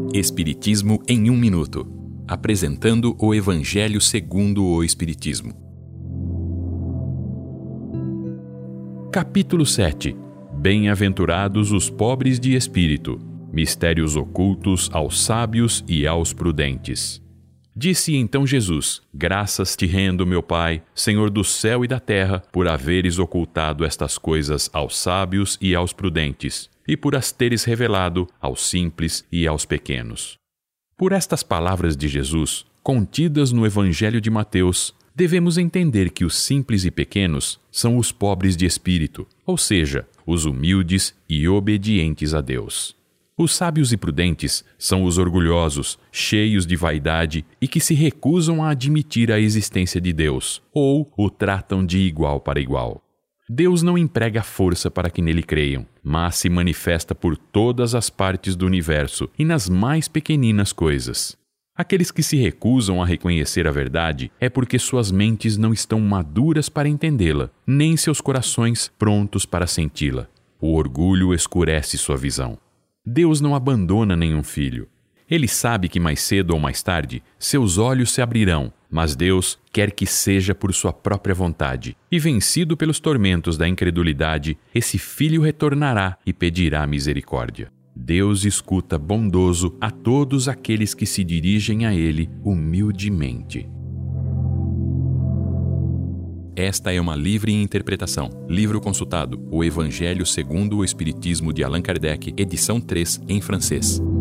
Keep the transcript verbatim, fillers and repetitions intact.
Espiritismo em um minuto, apresentando o Evangelho segundo o Espiritismo. Capítulo sete. Bem-aventurados os pobres de espírito, mistérios ocultos aos sábios e aos prudentes. Disse então Jesus: Graças te rendo, meu Pai, Senhor do céu e da terra, por haveres ocultado estas coisas aos sábios e aos prudentes, e por as teres revelado aos simples e aos pequenos. Por estas palavras de Jesus, contidas no Evangelho de Mateus, devemos entender que os simples e pequenos são os pobres de espírito, ou seja, os humildes e obedientes a Deus. Os sábios e prudentes são os orgulhosos, cheios de vaidade e que se recusam a admitir a existência de Deus, ou o tratam de igual para igual. Deus não emprega força para que nele creiam, mas se manifesta por todas as partes do universo e nas mais pequeninas coisas. Aqueles que se recusam a reconhecer a verdade é porque suas mentes não estão maduras para entendê-la, nem seus corações prontos para senti-la. O orgulho escurece sua visão. Deus não abandona nenhum filho. Ele sabe que mais cedo ou mais tarde seus olhos se abrirão, mas Deus quer que seja por sua própria vontade. E vencido pelos tormentos da incredulidade, esse filho retornará e pedirá misericórdia. Deus escuta bondoso a todos aqueles que se dirigem a Ele humildemente. Esta é uma livre interpretação. Livro consultado: O Evangelho segundo o Espiritismo de Allan Kardec, edição três, em francês.